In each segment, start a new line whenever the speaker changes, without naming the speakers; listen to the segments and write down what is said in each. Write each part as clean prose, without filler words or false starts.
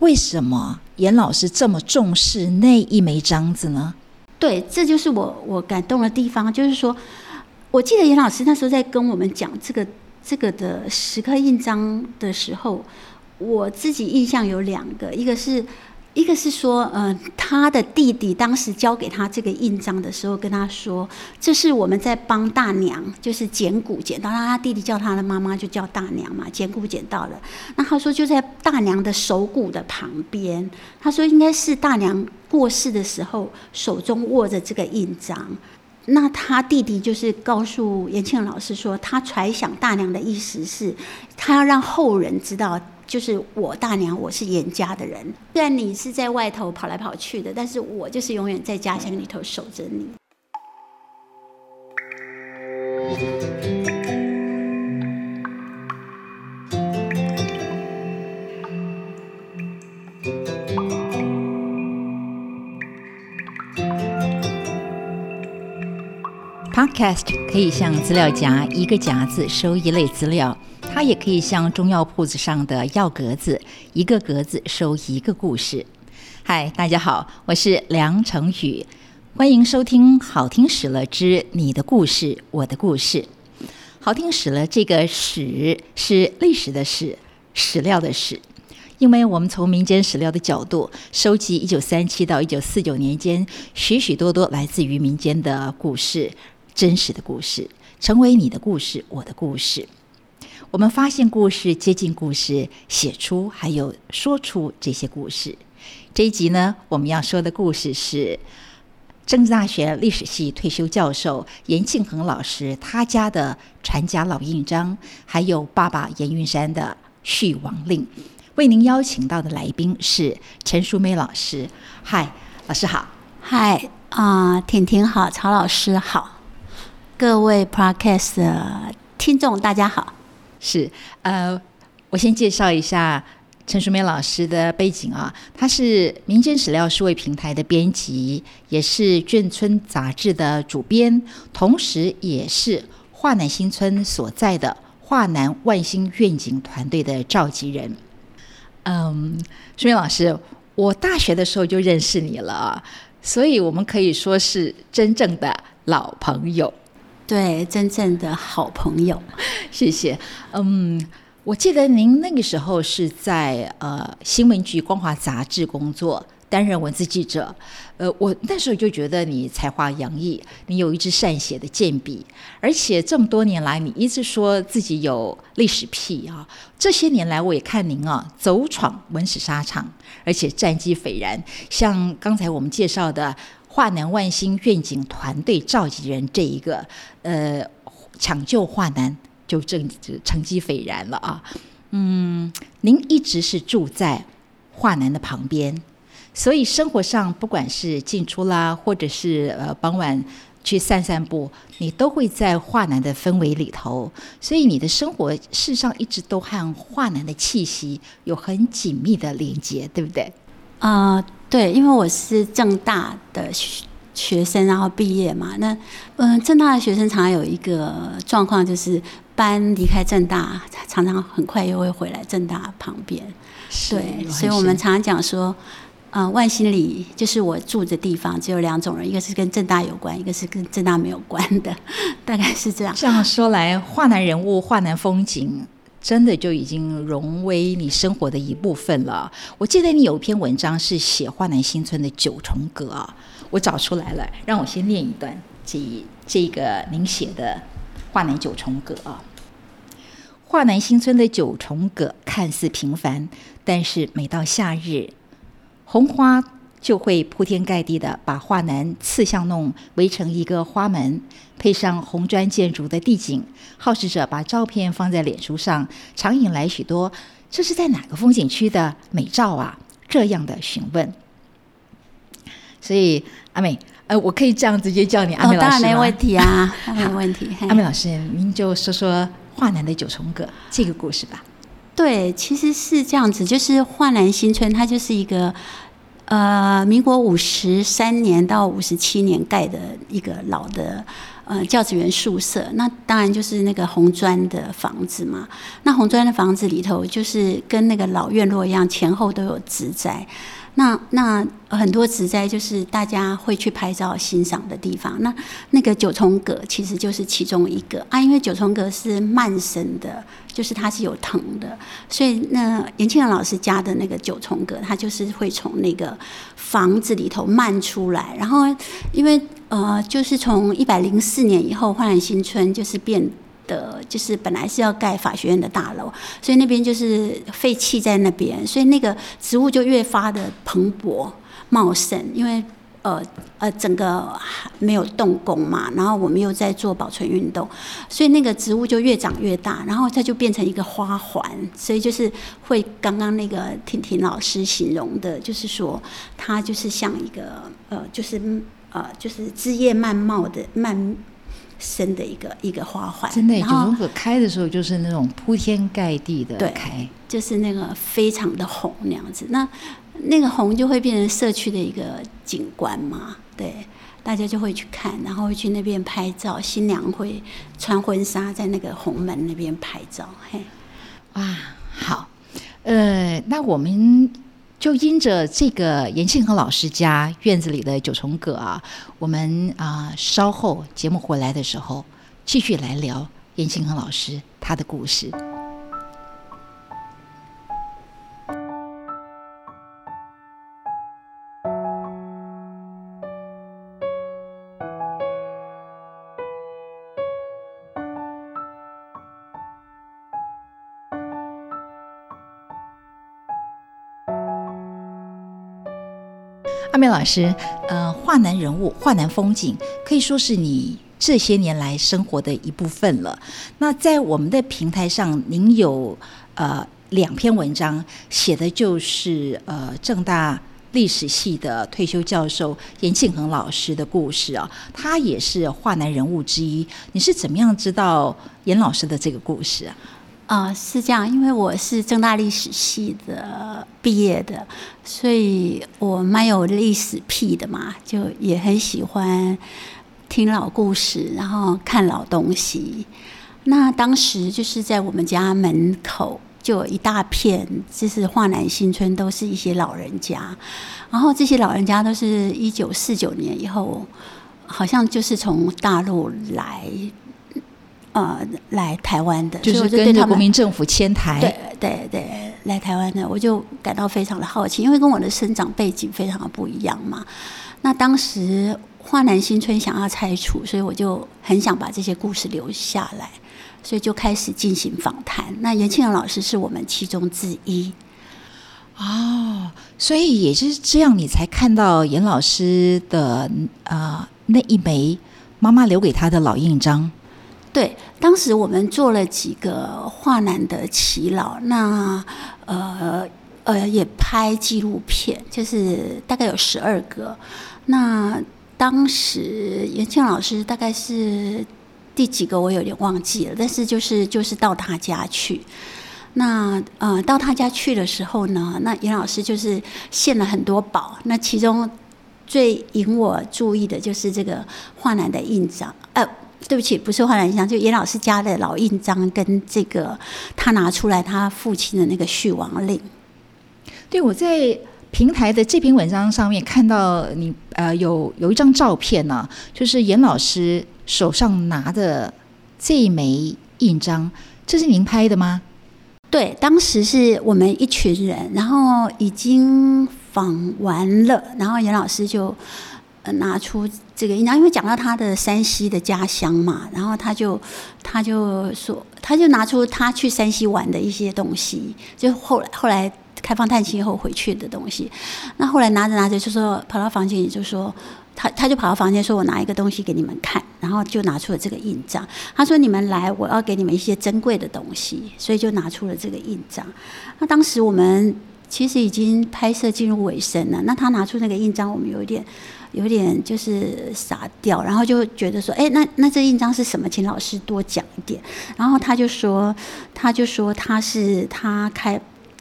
为什么严老师这么重视那一枚章子呢？
对，这就是我感动的地方，就是说，我记得严老师那时候在跟我们讲这个的10颗印章的时候，我自己印象有2个，一个是说，他的弟弟当时交给他这个印章的时候，跟他说，这是我们在帮大娘，就是捡骨捡到，他弟弟叫他的妈妈就叫大娘嘛，捡骨捡到了。那他说就在大娘的手骨的旁边，他说应该是大娘过世的时候手中握着这个印章。那他弟弟就是告诉严庆老师说，他揣想大娘的意思是，他要让后人知道，就是我大娘，我是严家的人。虽然你是在外头跑来跑去的，但是我就是永远在家乡里头守着你。
Podcast 可以像资料夹，一个夹子收一类资料，它也可以像中药铺子上的药格子，一个格子收一个故事。嗨，大家好，我是梁成宇，欢迎收听好听史了之你的故事我的故事。好听史了，这个史是历史的史，史料的史。因为我们从民间史料的角度收集1937到1949年间许许多多来自于民间的故事，真实的故事，成为你的故事我的故事。我们发现故事，接近故事，写出还有说出这些故事。这一集呢，我们要说的故事是政治大学历史系退休教授严庆恒老师他家的传家老印章，还有爸爸严云山的续亡令。为您邀请到的来宾是陈淑梅老师。嗨，老师好。
嗨婷婷好，曹老师好，各位 Podcast 的听众大家好。
是我先介绍一下陈淑梅老师的背景啊，她是民间史料数位平台的编辑，也是眷村杂志的主编，同时也是华南新村所在的华南万兴愿景团队的召集人。淑梅老师，我大学的时候就认识你了，所以我们可以说是真正的老朋友。
对，真正的好朋友。
谢谢。我记得您那个时候是在新闻局光华杂志工作，担任文字记者。我那时候就觉得你才华洋溢，你有一支善写的健笔，而且这么多年来你一直说自己有历史癖啊。这些年来我也看您走闯文史沙场，而且战绩斐然，像刚才我们介绍的华南万兴愿景团队召集人这一个抢救华南就成绩斐然了啊。您一直是住在华南的旁边，所以生活上不管是进出啦，或者是傍晚去散散步，你都会在华南的氛围里头，所以你的生活事实上一直都和华南的气息有很紧密的连接，对不对？
对，因为我是政大的学生，然后毕业嘛。那政大的学生常常有一个状况，就是班离开政大，常常很快又会回来政大旁边。对，所以我们常常讲说，万兴里就是我住的地方，只有2种人，一个是跟政大有关，一个是跟政大没有关的，大概是这样。
这样说来，华南人物、华南风景真的就已经融为你生活的一部分了。我记得你有一篇文章是写华南新村的9重阁啊，我找出来了，让我先念一段这个您写的华南9重阁啊。华南新村的9重阁看似平凡，但是每到夏日，红花就会铺天盖地的把华南四巷弄围成一个花门，配上红砖建筑的地景，好事者把照片放在脸书上，常引来许多这是在哪个风景区的美照啊这样的询问。所以阿美，我可以这样直接叫你阿美老师吗？
当然没问题啊，没问题。
阿美老师，您就说说华南的9重阁这个故事吧。
对，其实是这样子，就是华南新村，它就是一个民国53年到57年盖的一个老的教职员宿舍，那当然就是那个红砖的房子嘛。那红砖的房子里头，就是跟那个老院落一样，前后都有植栽。那很多植栽就是大家会去拍照欣赏的地方。那个九重阁其实就是其中一个啊，因为九重阁是慢生的，就是它是有藤的，所以那严庆仁老师家的那个九重阁，它就是会从那个房子里头漫出来。然后因为就是从104年以后，焕然新村就是变的，就是本来是要盖法学院的大楼，所以那边就是废弃在那边，所以那个植物就越发的蓬勃茂盛，因为整个没有动工嘛，然后我们又在做保存运动，所以那个植物就越长越大，然后它就变成一个花环，所以就是会刚刚那个婷婷老师形容的，就是说它就是像一个就是枝叶漫茂的漫生的一个花环。
真的，九重阁开的时候就是那种铺天盖地的开，
就是那个非常的红那样子。那个红就会变成社区的一个景观嘛，对，大家就会去看，然后会去那边拍照，新娘会穿婚纱在那个红门那边拍照。嘿，
哇，好，那我们就因着这个严庆和老师家院子里的九重阁啊，我们稍后节目回来的时候继续来聊严庆和老师他的故事。阿美老师，华南人物、华南风景可以说是你这些年来生活的一部分了。那在我们的平台上，您有2篇文章，写的就是政大历史系的退休教授严庆恒老师的故事啊，他也是华南人物之一。你是怎么样知道严老师的这个故事啊？
是这样，因为我是政大历史系的毕业的，所以我蛮有历史癖的嘛，就也很喜欢听老故事，然后看老东西。那当时就是在我们家门口就有一大片，就是华南新村，都是一些老人家，然后这些老人家都是1949年以后，好像就是从大陆来台湾的，
就是跟着国民政府迁台，
对，来台湾的，我就感到非常的好奇，因为跟我的生长背景非常的不一样嘛。那当时华南新村想要拆除，所以我就很想把这些故事留下来，所以就开始进行访谈。那严庆仁老师是我们其中之一。
所以也是这样，你才看到严老师的那一枚妈妈留给他的老印章。
对，当时我们做了几个华南的耆老，那也拍纪录片，就是大概有12个。那当时严庆老师大概是第几个我有点忘记了，但是就是到他家去。那到他家去的时候呢，那严老师就是献了很多宝，那其中最引我注意的就是这个华南的印章，对不起，不是华南印章，就严老师家的老印章跟这个他拿出来他父亲的那个续王令。
对，我在平台的这篇文章上面看到你有一张照片呢，就是严老师手上拿的这一枚印章，这是您拍的吗？
对，当时是我们一群人，然后已经访完了，然后严老师就拿出这个印章，因为讲到他的山西的家乡嘛，然后他就说，他就拿出他去山西玩的一些东西，就后来开放探亲后回去的东西。那后来拿着就说跑到房间里就说，他就跑到房间说，我拿一个东西给你们看，然后就拿出了这个印章。他说你们来，我要给你们一些珍贵的东西，所以就拿出了这个印章。那当时我们其实已经拍摄进入尾声了，那他拿出那个印章，我们有点就是傻掉，然后就觉得说，那这印章是什么？请老师多讲一点。然后他就说他是他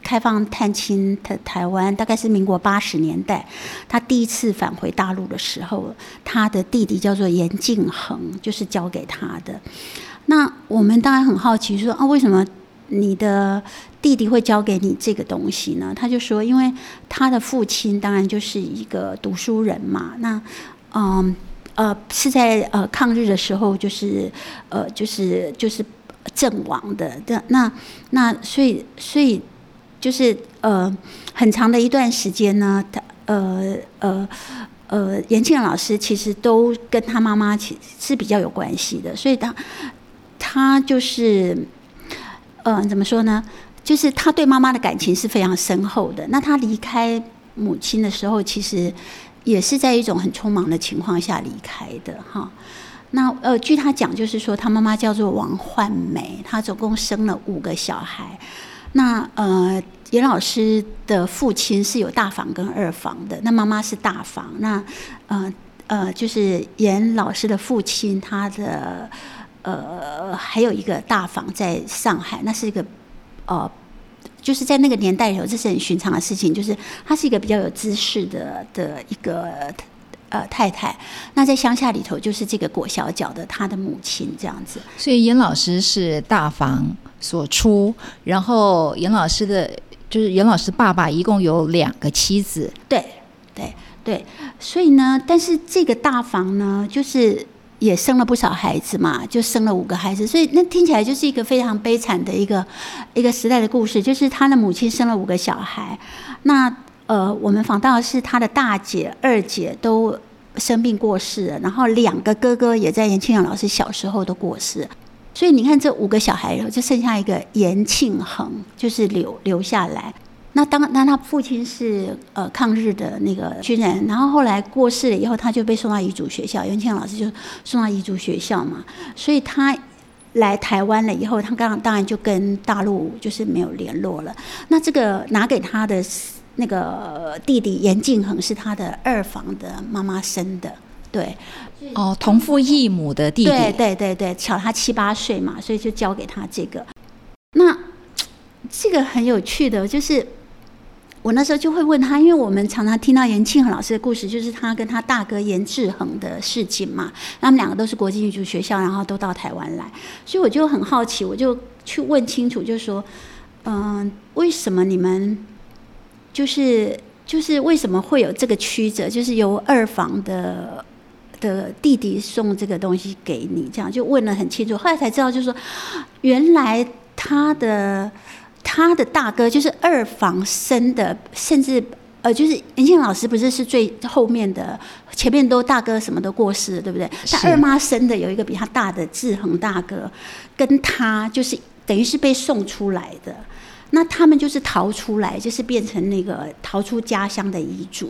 开放探亲的台湾，大概是民国80年代，他第一次返回大陆的时候，他的弟弟叫做严敬恒，就是交给他的。那我们当然很好奇说，为什么你的弟弟会交给你这个东西呢？他就说，因为他的父亲当然就是一个读书人嘛，那是在抗日的时候，就是阵亡的。那所以就是很长的一段时间呢，严庆老师其实都跟他妈妈其实是比较有关系的，所以他就是怎么说呢？就是他对妈妈的感情是非常深厚的。那他离开母亲的时候，其实也是在一种很匆忙的情况下离开的哈。那据他讲，就是说他妈妈叫做王焕梅，他总共生了5个小孩。那严老师的父亲是有大房跟二房的，那妈妈是大房。那就是严老师的父亲，他的还有一个大房在上海，那是一个就是在那个年代里头，这是很寻常的事情，就是她是一个比较有知识的一个太太。那在乡下里头，就是这个裹小脚的她的母亲这样子。
所以严老师是大房所出，然后严老师爸爸一共有2个妻子。
对，所以呢，但是这个大房呢，就是也生了不少孩子嘛，就生了5个孩子，所以那听起来就是一个非常悲惨的一个时代的故事。就是他的母亲生了5个小孩，那我们访到的是他的大姐、二姐都生病过世了，然后2个哥哥也在严庆老师小时候都过世，所以你看这5个小孩就剩下一个严庆恒，就是留下来。那当他父亲是抗日的那个军人，然后后来过世了以后，他就被送到彝族学校，严庆老师就送到彝族学校嘛，所以他来台湾了以后，他当然就跟大陆就是没有联络了。那这个拿给他的那个弟弟严敬恒是他的二房的妈妈生的，对，
同父异母的弟弟，
对，小他7、8岁嘛，所以就交给他这个。那这个很有趣的，就是我那时候就会问他，因为我们常常听到严庆恒老师的故事，就是他跟他大哥严志恒的事情嘛。他们2个都是国际彝族学校，然后都到台湾来，所以我就很好奇，我就去问清楚，就说，为什么你们就是为什么会有这个曲折，就是由二房的弟弟送这个东西给你，这样就问了很清楚。后来才知道，就是说，原来他的大哥就是二房生的，甚至就是严庆老师不是最后面的，前面都大哥什么都过世了，对不对？他二妈生的有一个比他大的志恒大哥，跟他就是等于是被送出来的。那他们就是逃出来，就是变成那个逃出家乡的遗嘱，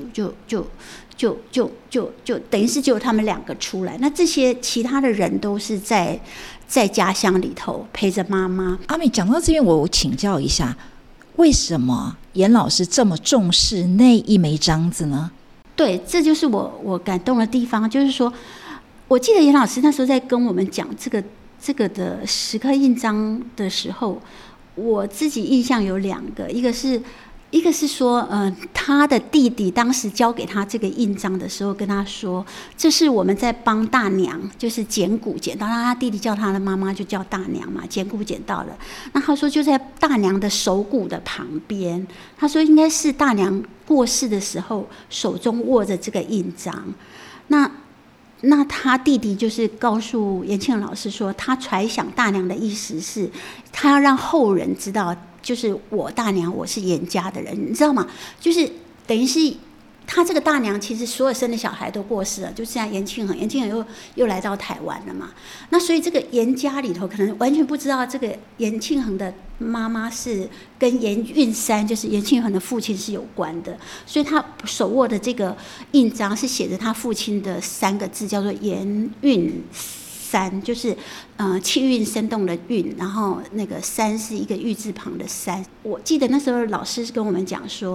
就等于是只有他们2个出来。那这些其他的人都是在家乡里头陪着妈妈。
阿美讲到这边，我请教一下，为什么严老师这么重视那一枚章子呢？
对，这就是我感动的地方，就是说，我记得严老师那时候在跟我们讲这个的时刻印章的时候，我自己印象有2个，一个是说，他的弟弟当时交给他这个印章的时候，跟他说，这是我们在帮大娘，就是捡骨捡到，他弟弟叫他的妈妈就叫大娘嘛，捡骨捡到了。那他说就在大娘的手骨的旁边，他说应该是大娘过世的时候手中握着这个印章。那他弟弟就是告诉严庆老师说，他揣想大娘的意思是，他要让后人知道，就是我大娘我是严家的人，你知道吗？就是等于是他这个大娘其实所有生的小孩都过世了，就现在严庆恒又来到台湾了嘛。那所以这个严家里头可能完全不知道，这个严庆恒的妈妈是跟严运山，就是严庆恒的父亲是有关的，所以他手握的这个印章是写着他父亲的3个字，叫做严运山，就是气韵生动的韵，然后那个山是一个玉字旁的山。我记得那时候老师跟我们讲说，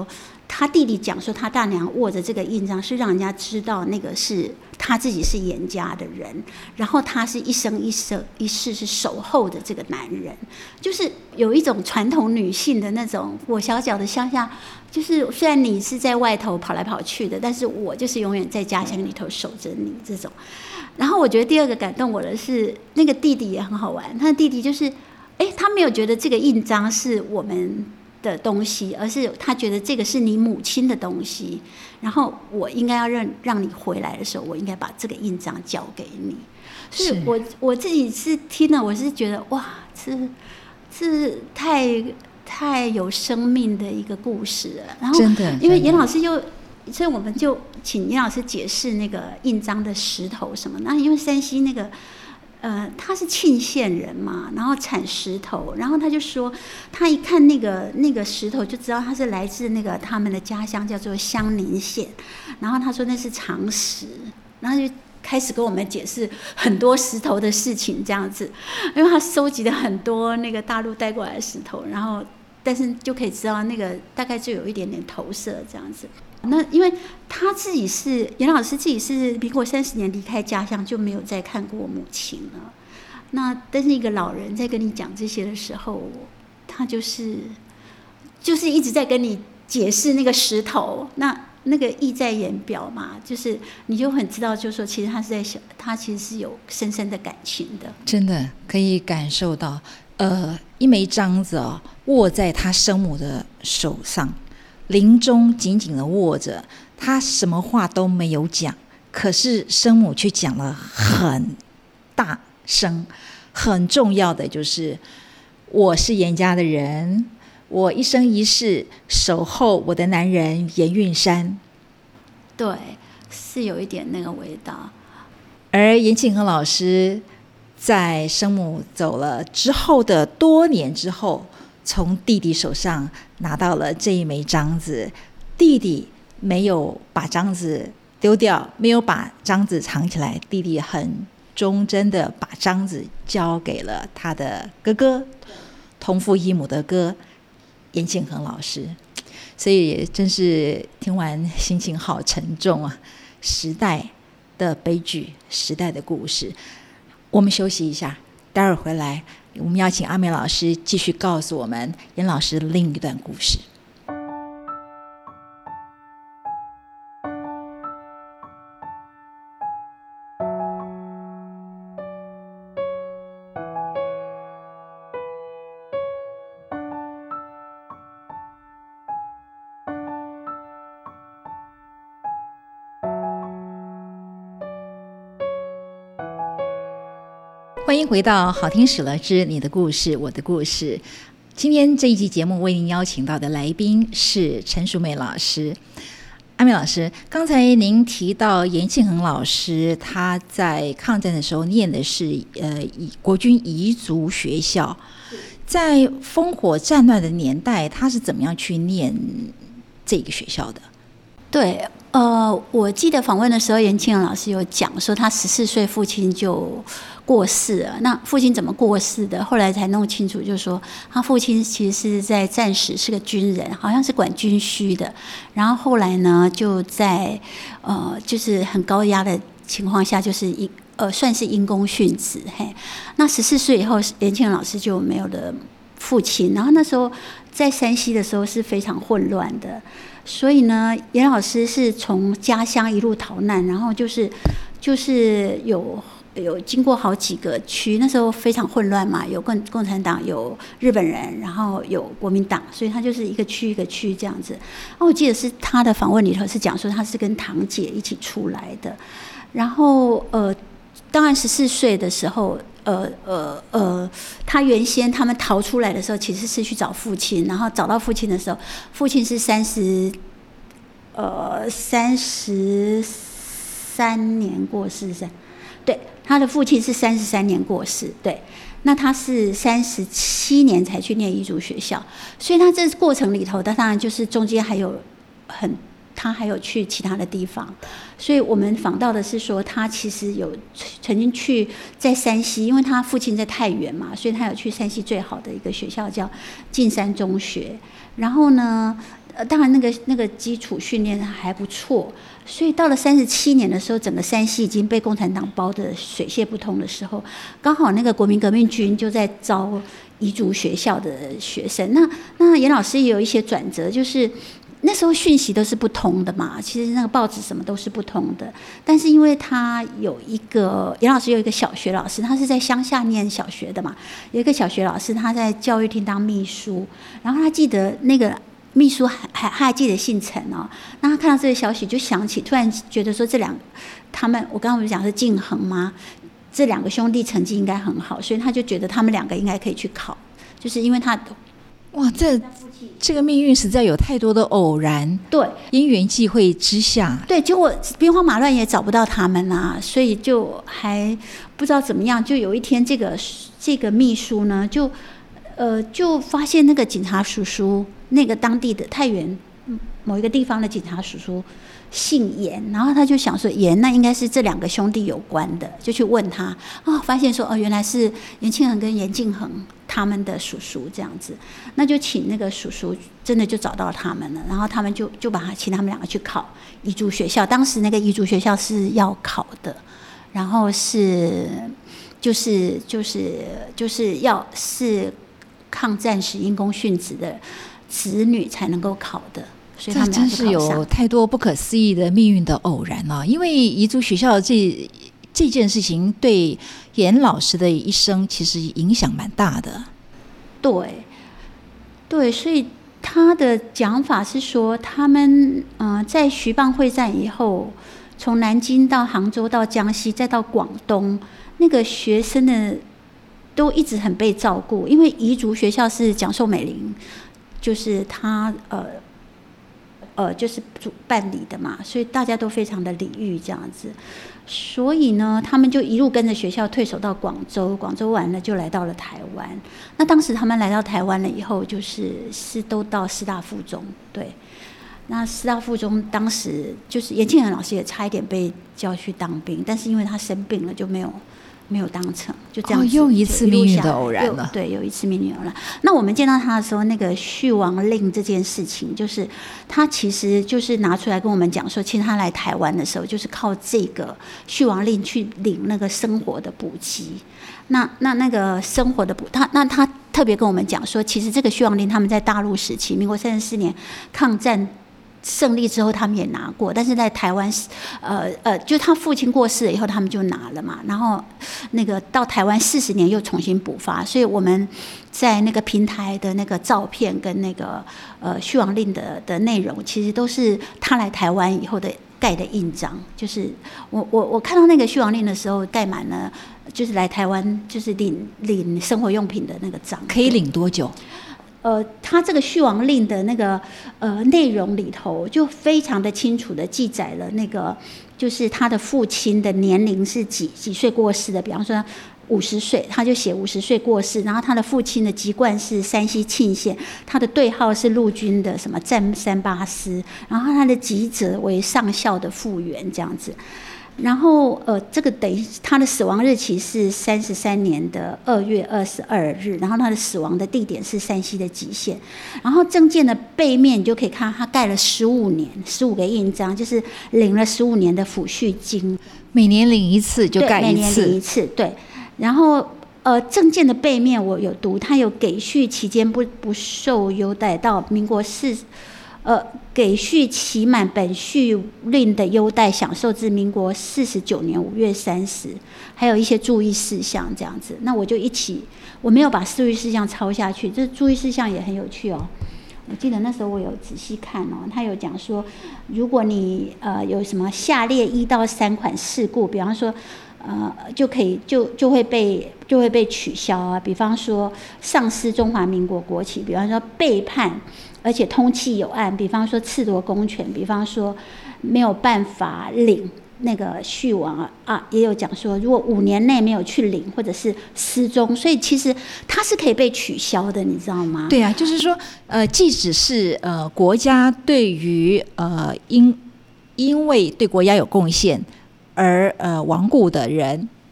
他弟弟讲说，他大娘握着这个印章，是让人家知道那个是他自己是严家的人，然后他是一生一世是守候的这个男人，就是有一种传统女性的那种，我小小的乡下，就是虽然你是在外头跑来跑去的，但是我就是永远在家乡里头守着你这种。然后我觉得第二个感动我的是那个弟弟也很好玩，他的弟弟就是，他没有觉得这个印章是我们的东西，而是他觉得这个是你母亲的东西，然后我应该要让你回来的时候，我应该把这个印章交给你。所以我自己是听了，我是觉得哇，是太有生命的一个故事了。然后
真的，
因为严老师所以我们就请严老师解释那个印章的石头什么。那因为山西那个他是沁县人嘛，然后产石头，然后他就说他一看那个石头就知道他是来自那个他们的家乡叫做襄宁县，然后他说那是长石，然后就开始跟我们解释很多石头的事情这样子，因为他收集了很多那个大陆带过来的石头，然后但是就可以知道那个大概就有一点点投射这样子。那因为他自己是严老师自己是民国30年离开家乡，就没有再看过母亲了。那但是一个老人在跟你讲这些的时候，他就是一直在跟你解释那个石头，那个意在言表嘛，就是你就很知道，就是说其实他其实是有深深的感情的，
真的可以感受到，一枚章子握在他生母的手上。临终紧紧地握着，他什么话都没有讲，可是生母却讲了很大声很重要的，就是我是严家的人，我一生一世守候我的男人严运山。
对，是有一点那个味道。
而严庆和老师在生母走了之后的多年之后，从弟弟手上拿到了这一枚章子，弟弟没有把章子丢掉，没有把章子藏起来，弟弟很忠贞的把章子交给了他的哥哥，同父异母的哥严庆和老师。所以也真是听完心情好沉重啊，时代的悲剧，时代的故事。我们休息一下，待会儿回来我们要请阿美老师继续告诉我们严老师另一段故事。欢迎回到好听史了之你的故事我的故事。今天这一集节目为您邀请到的来宾是陈淑美老师。阿美老师，刚才您提到严庆恒老师他在抗战的时候念的是国军彝族学校，在烽火战乱的年代他是怎么样去念这个学校的？
对，我记得访问的时候，严庆恒老师有讲说，他14岁父亲就过世了。那父亲怎么过世的？后来才弄清楚，就是说他父亲其实是在战时是个军人，好像是管军需的。然后后来呢，就在就是很高压的情况下，就是算是因公殉职。嘿，那14岁以后，严庆恒老师就没有了父亲。然后那时候在山西的时候是非常混乱的。所以呢，严老师是从家乡一路逃难，然后就是有经过好几个区，那时候非常混乱嘛，有共产党，有日本人，然后有国民党，所以他就是一个区一个区这样子。我记得是他的访问里头是讲说他是跟堂姐一起出来的，然后当然14岁的时候。他原先他们逃出来的时候，其实是去找父亲，然后找到父亲的时候，父亲是33年过世，对，他的父亲是33年过世，对，那他是37年才去念彝族学校，所以他这过程里头，他当然就是中间还有他还有去其他的地方，所以我们访到的是说，他其实有曾经去在山西，因为他父亲在太原嘛，所以他有去山西最好的一个学校叫径山中学。然后呢， 当然那个基础训练还不错，所以到了37年的时候，整个山西已经被共产党包得水泄不通的时候，刚好那个国民革命军就在招彝族学校的学生。那严老师也有一些转折，就是那时候讯息都是不通的嘛，其实那个报纸什么都是不通的。但是因为他严老师有一个小学老师，他是在乡下念小学的嘛，有一个小学老师他在教育厅当秘书，然后他记得那个秘书还记得姓陈哦，那他看到这个消息就想起，突然觉得说我刚刚不是讲是敬恒吗？这2个兄弟成绩应该很好，所以他就觉得他们2个应该可以去考，就是因为他
哇，这个命运实在有太多的偶然，
对，
因缘际会之下，
对，结果兵荒马乱也找不到他们啊，所以就还不知道怎么样，就有一天这个秘书呢就发现那个警察叔叔，那个当地的太原某一个地方的警察叔叔姓严，然后他就想说严那应该是这2个兄弟有关的，就去问他发现说原来是严庆恒跟严敬恒他们的叔叔这样子，那就请那个叔叔真的就找到他们了，然后他们就请他们2个去考彝族学校，当时那个彝族学校是要考的，然后就是要是抗战时因公殉职的子女才能够考的，所以他们
真是有太多不可思议的命运的偶然啊！因为彝族学校这件事情对严老师的一生其实影响蛮大的。
对，所以他的讲法是说，他们在徐蚌会战以后，从南京到杭州到江西再到广东，那个学生的都一直很被照顾，因为彝族学校是蒋寿美龄，就是他就是办理的嘛，所以大家都非常的礼遇这样子。所以呢，他们就一路跟着学校退守到广州，广州完了就来到了台湾。那当时他们来到台湾了以后，是都到师大附中，对。那师大附中当时就是严庆恒老师也差一点被叫去当兵，但是因为他生病了就没有当成，就这样子。
又一次命运的偶然了。
对，有一次命运偶然。那我们见到他的时候，那个续王令这件事情，就是他其实就是拿出来跟我们讲说，其实他来台湾的时候，就是靠这个续王令去领那个生活的补给。那个生活的他特别跟我们讲说，其实这个续王令他们在大陆时期，民国34年抗战胜利之后他们也拿过，但是在台湾就他父亲过世了以后他们就拿了嘛，然后那个到台湾40年又重新补发，所以我们在那个平台的那个照片跟那个续王令的内容，其实都是他来台湾以后的盖的印章，就是我看到那个续王令的时候盖满了，就是来台湾就是领生活用品的那个章。
可以领多久？
他这个续王令的那个内容里头，就非常的清楚的记载了那个就是他的父亲的年龄是几岁过世的，比方说50岁，他就写50岁过世，然后他的父亲的籍贯是山西沁县，他的对号是陆军的什么战38师，然后他的籍泽为上校的复员这样子。然后这个等于他的死亡日期是33年的2月22日，然后他的死亡的地点是山西的吉县。然后证件的背面你就可以看他盖了15年，15个印章，就是领了15年的抚恤金，
每年领一次就盖一次，
每年领一次，对。然后证件的背面我有读，他有给续期间不受优待到民国给续期满本续令的优待享受至民国49年5月30，还有一些注意事项这样子。那我就我没有把注意事项抄下去，这注意事项也很有趣哦。我记得那时候我有仔细看哦，他有讲说，如果你有什么下列1到3款事故，比方说就会被取消啊，比方说丧失中华民国国旗，比方说背叛而且通缉有案，比方说褫夺公权，比方说没有办法领那个续王也有讲说，如果5年内没有去领或者是失踪，所以其实它是可以被取消的，你知道吗？
对啊，就是说即使是国家对于因为对国家有贡献而亡故的人，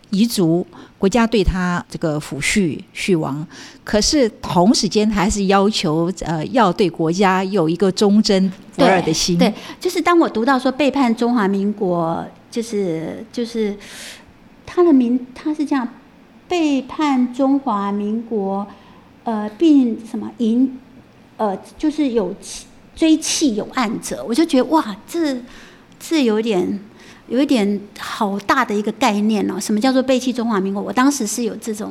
彝族，国家对他这个抚恤续亡，可是同时间还是要求要对国家有一个忠贞不二的心。
对，就是当我读到说背叛中华民国，就是他是这样背叛中华民国，并什么就是有追弃有案者，我就觉得哇，这有一点好大的一个概念哦。什么叫做背弃中华民国？我当时是有这种，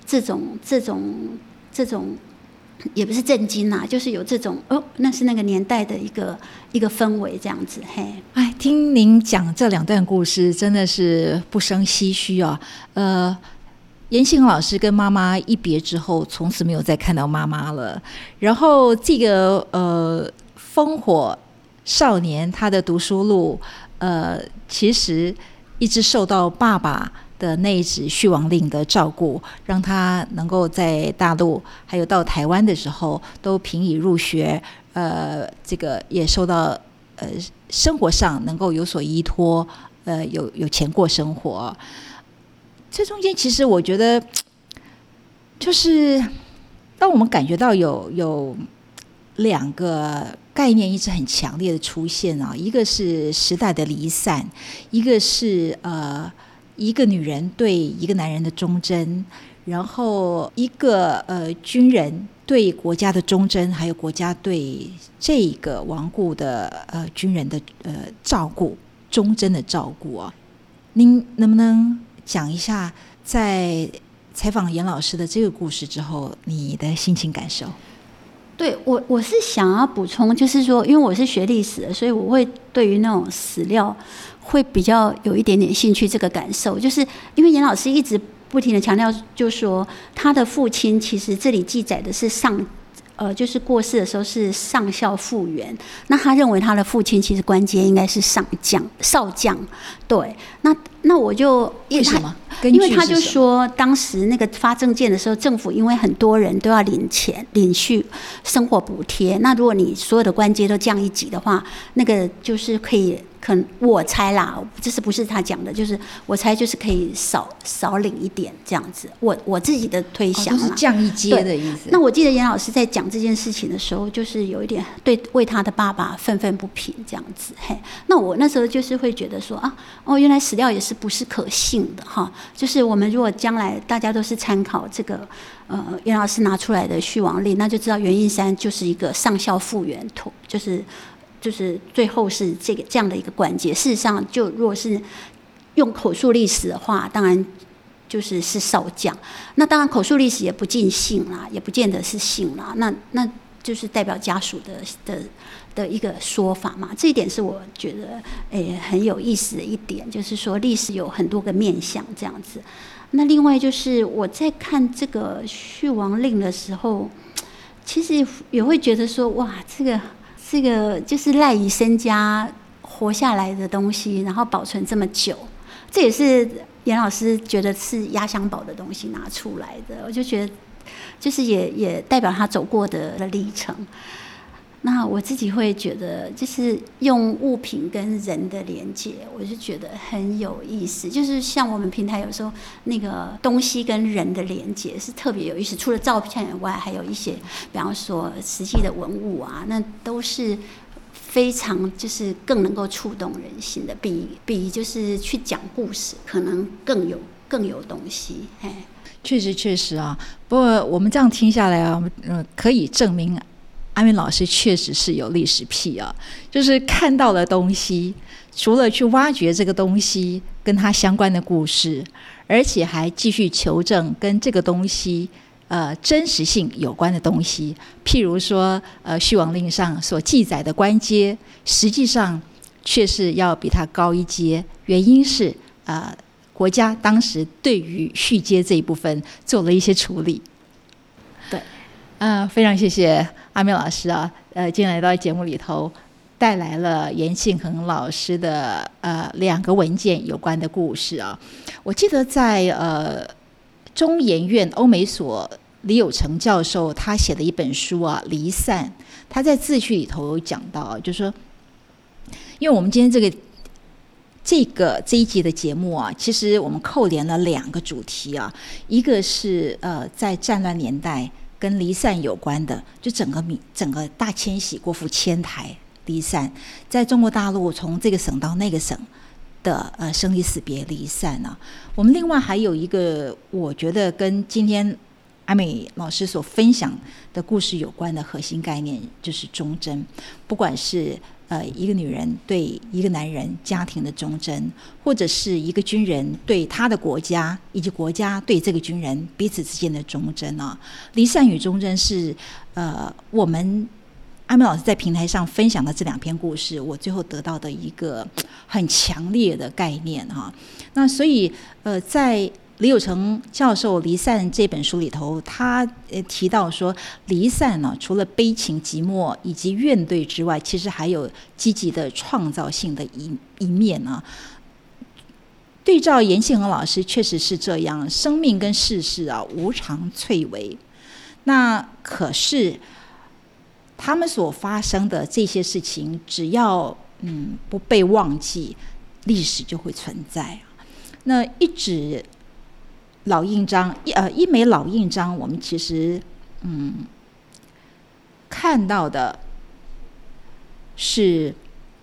也不是震惊啦，就是有这种那是那个年代的一个氛围这样子。嘿，
哎，听您讲这两段故事，真的是不胜唏嘘啊。严信老师跟妈妈一别之后，从此没有再看到妈妈了。然后这个烽火少年他的读书路，其实一直受到爸爸的那一纸续亡令的照顾，让他能够在大陆还有到台湾的时候都平以入学，这个也受到生活上能够有所依托，有钱过生活。这中间其实我觉得，就是当我们感觉到有两个概念一直很强烈的出现啊，一个是时代的离散，一个是一个女人对一个男人的忠贞，然后一个军人对国家的忠贞，还有国家对这个亡故的军人的照顾，忠贞的照顾啊。您能不能讲一下在采访严老师的这个故事之后你的心情感受？
对，我是想要补充，就是说因为我是学历史的，所以我会对于那种史料会比较有一点点兴趣。这个感受就是因为严老师一直不停的强调，就说他的父亲其实这里记载的是就是过世的时候是上校复员，那他认为他的父亲其实官阶应该是少将。对，那我就
为什么？
因为他就说当时那个发证件的时候，政府因为很多人都要领续生活补贴，那如果你所有的官阶都降一级的话，那个就是可能我猜啦，这是不是他讲的，就是我猜就是可以少领一点这样子，我自己的推想啦，
就是降一阶的意思。
那我记得严老师在讲这件事情的时候，就是有一点为他的爸爸愤愤不平这样子。嘿，那我那时候就是会觉得说原来史料也是不是可信的哈。就是我们如果将来大家都是参考这个严老师拿出来的续亡令，那就知道袁应山就是一个上校复员，就是最后是这样的一个关节。事实上，就如果是用口述历史的话，当然是少将。那当然口述历史也不尽信啦，也不见得是信啦。那就是代表家属的一个说法嘛。这一点是我觉得很有意思的一点，就是说历史有很多个面向这样子。那另外就是我在看这个续亡令的时候，其实也会觉得说，哇，这个就是赖以身家活下来的东西，然后保存这么久，这也是严老师觉得是压箱宝的东西拿出来的。我就觉得，就是也代表他走过的历程。那我自己会觉得，就是用物品跟人的连接，我就觉得很有意思。就是像我们平台有时候那个东西跟人的连接是特别有意思。除了照片以外，还有一些，比方说实际的文物啊，那都是非常就是更能够触动人心的，比就是去讲故事可能更有东西。
确实啊。不过我们这样听下来啊，可以证明阿明老师确实是有历史癖啊，就是看到的东西，除了去挖掘这个东西跟它相关的故事，而且还继续求证跟这个东西真实性有关的东西。譬如说续亡令上所记载的官阶，实际上却是要比它高一阶，原因是国家当时对于续阶这一部分做了一些处理。
对，
非常谢谢阿明老师啊，今天来到节目里头，带来了严庆恒老师的2个文件有关的故事啊。我记得在中研院欧美所李有成教授他写的一本书啊，《离散》，他在自序里头有讲到，就是说，因为我们今天这个这一集的节目啊，其实我们扣连了2个主题啊，一个是在战乱年代跟离散有关的，就整个大迁徙，国府迁台离散，在中国大陆从这个省到那个省的生离死别离散啊。我们另外还有一个，我觉得跟今天阿美老师所分享的故事有关的核心概念，就是忠贞，不管是一个女人对一个男人家庭的忠贞，或者是一个军人对他的国家，以及国家对这个军人彼此之间的忠贞啊。离散与忠贞是我们阿美老师在平台上分享的这2篇故事，我最后得到的一个很强烈的概念哈。那所以在李有成教授《离散》这本书里头，他提到说，离散呢，除了悲情寂寞以及怨怼之外，其实还有积极的创造性的一面啊。对照严庆恒老师，确实是这样，生命跟世事啊，无常脆微。那可是他们所发生的这些事情，只要不被忘记，历史就会存在。那一枚老印章，我们其实看到的是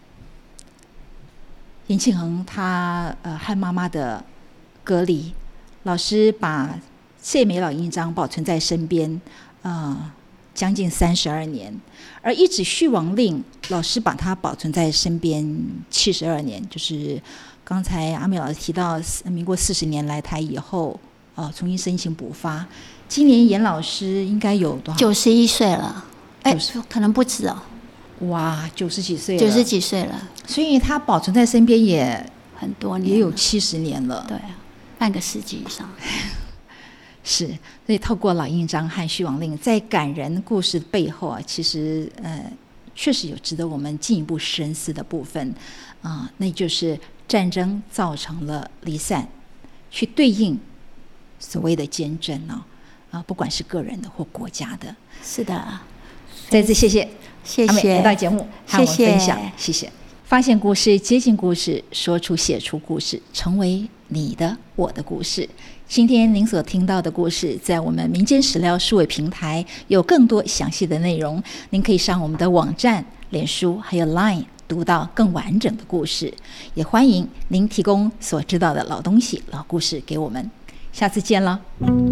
严庆恒他和妈妈的隔离，老师把这枚老印章保存在身边将近32年，而一纸续亡令，老师把它保存在身边72年，就是刚才阿美老师提到民国40年来台以后重新申请补发。今年严老师应该有多少
？91岁了，可能不止哦。
哇，90几岁了
，90几岁了，
所以他保存在身边也
很多年，
也有70年了。
对，半个世纪以上。
是，所以透过老印章和续亡令，在感人故事背后啊，其实确实有值得我们进一步深思的部分那就是战争造成了离散，去对应所谓的坚贞不管是个人的或国家的。
是的，
再次谢谢阿美来到节目和我们分享，谢谢。发现故事，接近故事，说出写出故事，成为你的我的故事。今天您所听到的故事，在我们民间史料数位平台有更多详细的内容，您可以上我们的网站、脸书还有 Line 读到更完整的故事。也欢迎您提供所知道的老东西、老故事给我们。下次见了。